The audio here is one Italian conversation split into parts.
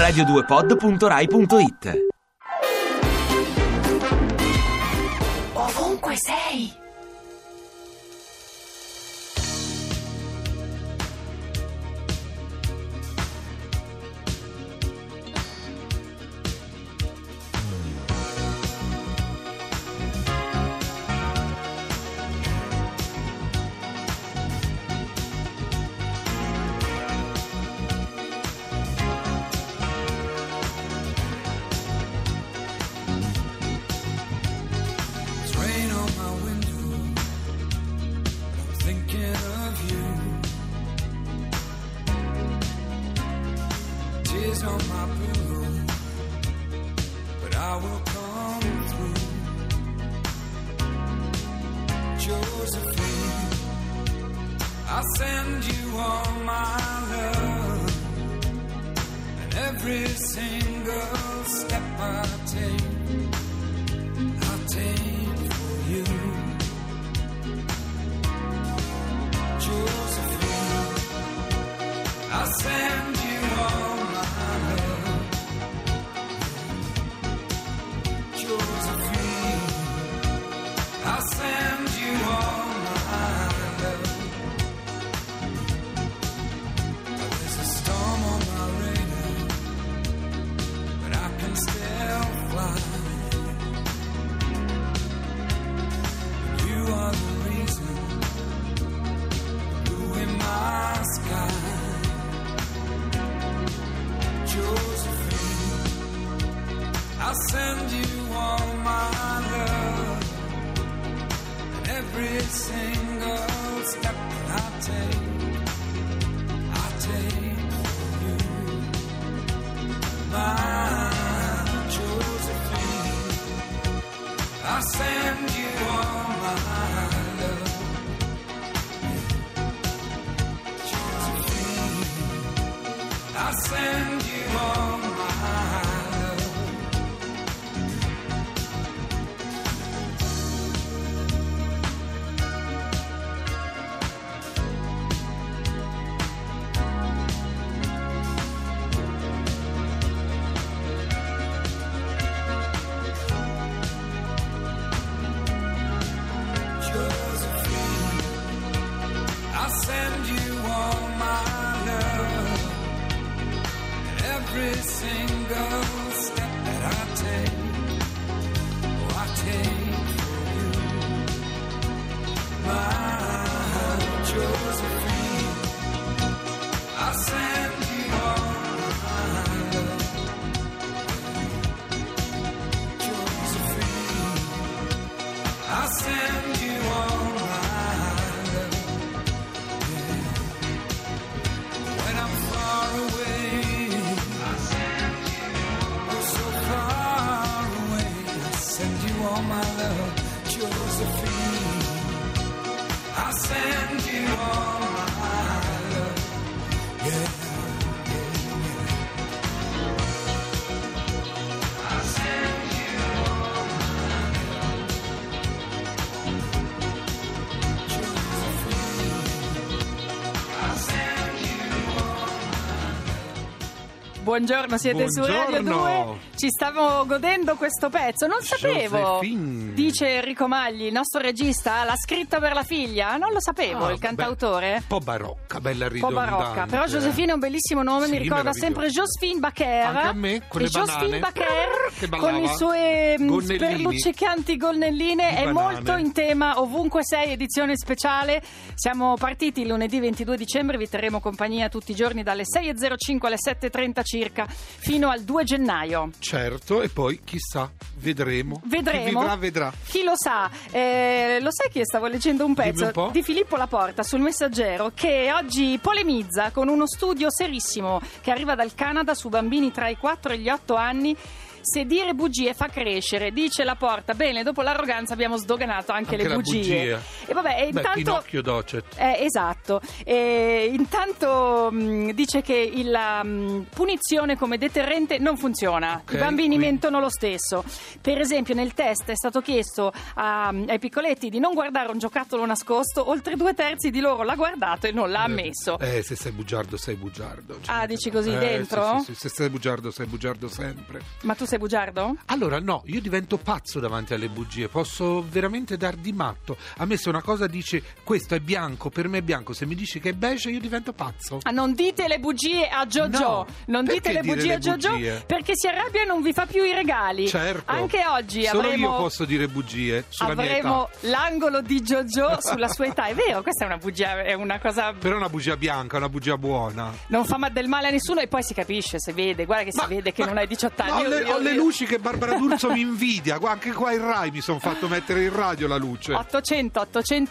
radio2pod.rai.it. Ovunque sei. On my pillow, but I will come through. Josephine, I'll send you all my love, and every single step I take for you. Josephine, I'll send you all I'll send you all my love. There's a storm on my radar, but I can still fly. You are the reason, blue in my sky. Josephine, I'll send you all my love. Every single step that I take for you. My Josephine, I send you all my love. Josephine, I send you all my love. Every single step that I take for you. My Josephine, I send you all my love. Josephine, I send you all my love. Yeah. When I'm far away, all my love, Josephine, I send you all my love, yeah, I send you all my love, Josephine, I send you all my love. Buongiorno, siete su Radio 2. Ci stavo godendo questo pezzo, non sapevo. Josephine. Dice Enrico Magli, il nostro regista, l'ha scritto per la figlia? Non lo sapevo, il cantautore. Un po' barocca, bella Un po' ridondante. barocca, però Josephine è un bellissimo nome, Sì, mi ricorda meraviglioso. sempre Josephine Baker. Anche a me, con le Josephine banane. Baker Che ballava. con i suoi Gonnellini. sperluccicanti gonnelline, Di è banane. molto in tema. Ovunque sei, edizione speciale. Siamo partiti il lunedì 22 dicembre, vi terremo compagnia tutti i giorni dalle 6.05 alle 7.30 circa fino al 2 gennaio. Certo, e poi chissà, vedremo. Chi vivrà, vedrà. Chi lo sa. Lo sai che stavo leggendo un Dimmi pezzo un po'. di Filippo Laporta sul Messaggero, che oggi polemizza con uno studio serissimo che arriva dal Canada su bambini tra i 4 e gli 8 anni. se dire bugie fa crescere, dice la Porta. Bene, dopo l'arroganza abbiamo sdoganato anche le la bugie. bugia. E vabbè, intanto Pinocchio Docet. esatto. Intanto dice che la punizione come deterrente non funziona. Ok, I bambini quindi mentono lo stesso. Per esempio, nel test è stato chiesto ai piccoletti di non guardare un giocattolo nascosto, oltre 2/3 di loro l'ha guardato e non l'ha ammesso. Se sei bugiardo, sei bugiardo. Ah, dici così dentro? Sì, se sei bugiardo sempre. Ma tu sei bugiardo? Allora no, io divento pazzo davanti alle bugie, posso veramente dar di matto. A me se una cosa dice questo è bianco, per me è bianco, se mi dici che è beige io divento pazzo. Ah, non dite le bugie a Jojo. No, non dite perché le dire bugie le a Jojo bugie? perché si arrabbia e non vi fa più i regali. Certo. Anche oggi Solo avremo io posso dire bugie sulla mia avremo età. l'angolo di Jojo sulla sua età. È vero, questa è una bugia, è una cosa. Però è una bugia bianca, una bugia buona. Non fa del male a nessuno e poi si capisce, si vede, guarda che si vede che non hai 18 anni. Ho le luci che Barbara D'Urso mi invidia, anche qua in Rai mi sono fatto mettere in radio la luce. 800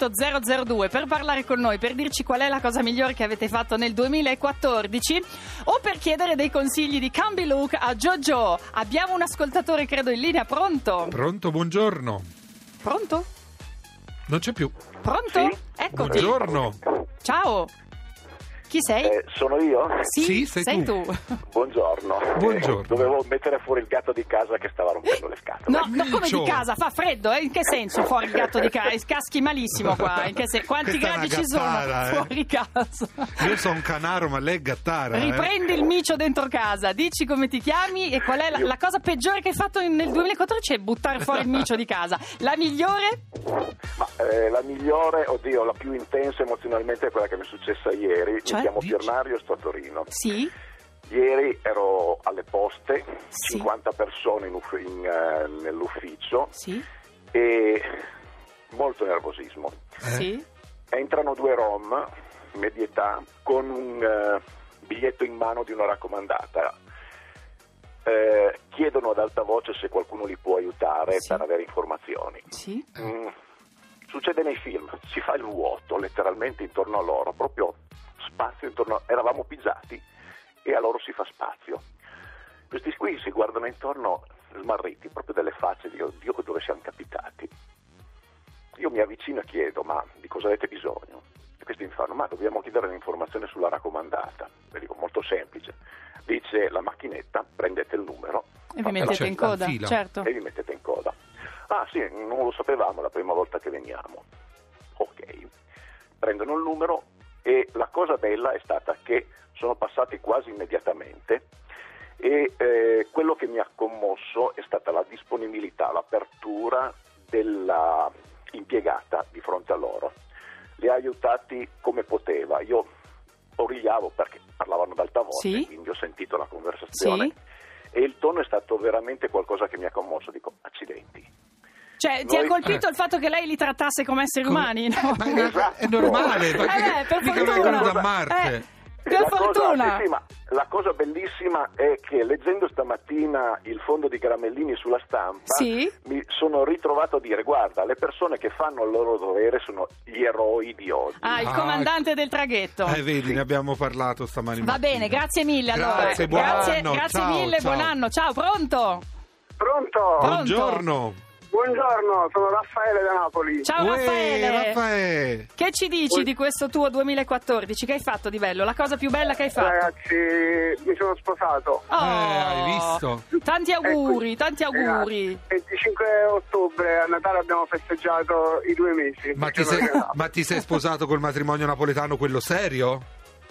002 per parlare con noi, per dirci qual è la cosa migliore che avete fatto nel 2014 o per chiedere dei consigli di cambi look a Jojo. Abbiamo un ascoltatore credo in linea, pronto? Pronto, buongiorno. Pronto? Non c'è più. Pronto? Sì? Eccoti. Buongiorno. Ciao. Chi sei? Sono io? Sì, sei tu. Buongiorno. Buongiorno. Dovevo mettere fuori il gatto di casa che stava rompendo le scatole. No, come Miccio. di casa, fa freddo, in che senso fuori il gatto di casa? Caschi malissimo qua, quanti Questa è gradi una ci sono gattara, fuori casa? Io sono un canaro, ma lei è gattara. Riprendi il micio dentro casa, dici come ti chiami e qual è la cosa peggiore che hai fatto nel 2014 è buttare fuori il micio di casa. La migliore? Ma la migliore, oddio, la più intensa emozionalmente è quella che mi è successa ieri. Cioè? Mi chiamo Dici? Piernario e sto a Torino. Sì. Ieri ero alle poste, Sì. 50 persone nell'ufficio Sì. e molto nervosismo. Sì. Entrano due rom, media età, con un biglietto in mano di una raccomandata. Chiedono ad alta voce se qualcuno li può aiutare Sì. per avere informazioni. Sì. Succede nei film, si fa il vuoto letteralmente intorno a loro, proprio spazio intorno, eravamo pigiati e a loro si fa spazio. Questi qui si guardano intorno smarriti, proprio delle facce di Dio dove siamo capitati. Io mi avvicino e chiedo, ma di cosa avete bisogno? E questi mi fanno, ma dobbiamo chiedere un'informazione sulla raccomandata. E dico, molto semplice. Dice la macchinetta, prendete il numero E vi mettete in coda, fila. certo. e vi mettete in coda. Ah sì, non lo sapevamo la prima volta che veniamo. Ok, prendono il numero e la cosa bella è stata che sono passati quasi immediatamente e quello che mi ha commosso è stata la disponibilità, l'apertura della impiegata di fronte a loro. Li ha aiutati come poteva. Io origliavo perché parlavano ad alta voce, Sì. quindi ho sentito la conversazione. Sì. E il tono è stato veramente qualcosa che mi ha commosso. Dico, accidenti. Cioè, ti ha Noi- colpito il fatto che lei li trattasse come esseri umani, no? Ma è normale, perché per mica fortuna. vengono da Marte. Per fortuna. Sì, ma la cosa bellissima è che leggendo stamattina il fondo di Caramellini sulla stampa Sì. mi sono ritrovato a dire, guarda, le persone che fanno il loro dovere sono gli eroi di oggi. Ah, il Ah, comandante del traghetto. Vedi, ne abbiamo parlato stamani Va mattina. bene, grazie mille allora. Grazie, buon anno. Grazie Ciao, mille, ciao. buon anno. Ciao, pronto? Pronto? Buongiorno. Buongiorno, sono Raffaele da Napoli. Ciao Uè, Raffaele. Raffaele. Che ci dici di questo tuo 2014? Che hai fatto di bello? La cosa più bella che hai fatto? Ragazzi, mi sono sposato. Oh, hai visto? Tanti auguri, tanti auguri. 25 ottobre a Natale abbiamo festeggiato i 2 mesi. Ma ti sei sposato col matrimonio napoletano, quello serio?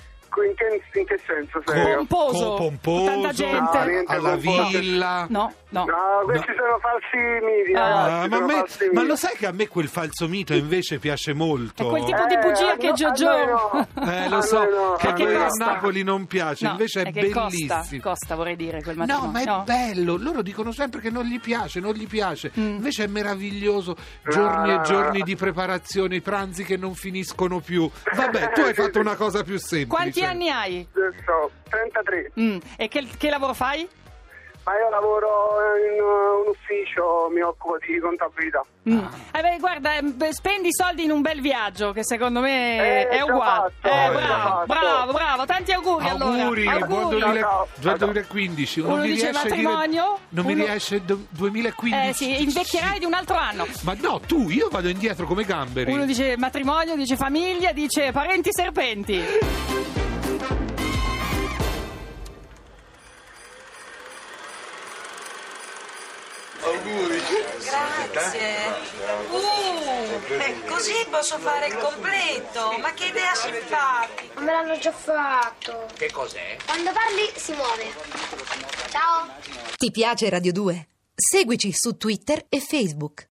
In che senso, serio? Pomposo. Pomposo, Tanta gente. No, niente alla pomposo. villa. No. No, questi sono falsi miti, ragazzi, Ma, sono falsi ma miti. lo sai che a me quel falso mito invece piace molto? È quel tipo di bugia che a Jojo. noi no. Lo A so, noi no. che E a che noi a costa? Napoli non piace, No, invece è che bellissimo. costa, vorrei dire, quel No, matrimonio. ma è bello, loro dicono sempre che non gli piace, Mm. invece è meraviglioso, giorni e no, giorni no. di preparazione, i pranzi che non finiscono più. Vabbè, tu hai fatto una cosa più semplice. Quanti anni hai? Adesso, 33. E che lavoro fai? Ma io lavoro in un ufficio, mi occupo di contabilità. Guarda, spendi soldi in un bel viaggio, che secondo me è già uguale. fatto, bravo, tanti auguri allora. Auguri, buon 2015. Uno dice matrimonio, non mi riesce 2015. Sì, invecchierai di un altro anno. Ma no, io vado indietro come gamberi. Uno dice matrimonio, dice famiglia, dice parenti serpenti. Auguri. Grazie. Così posso fare il completo. Ma che idea simpatica. Me l'hanno già fatto. Che cos'è? Quando parli si muove. Ciao. Ti piace Radio 2? Seguici su Twitter e Facebook.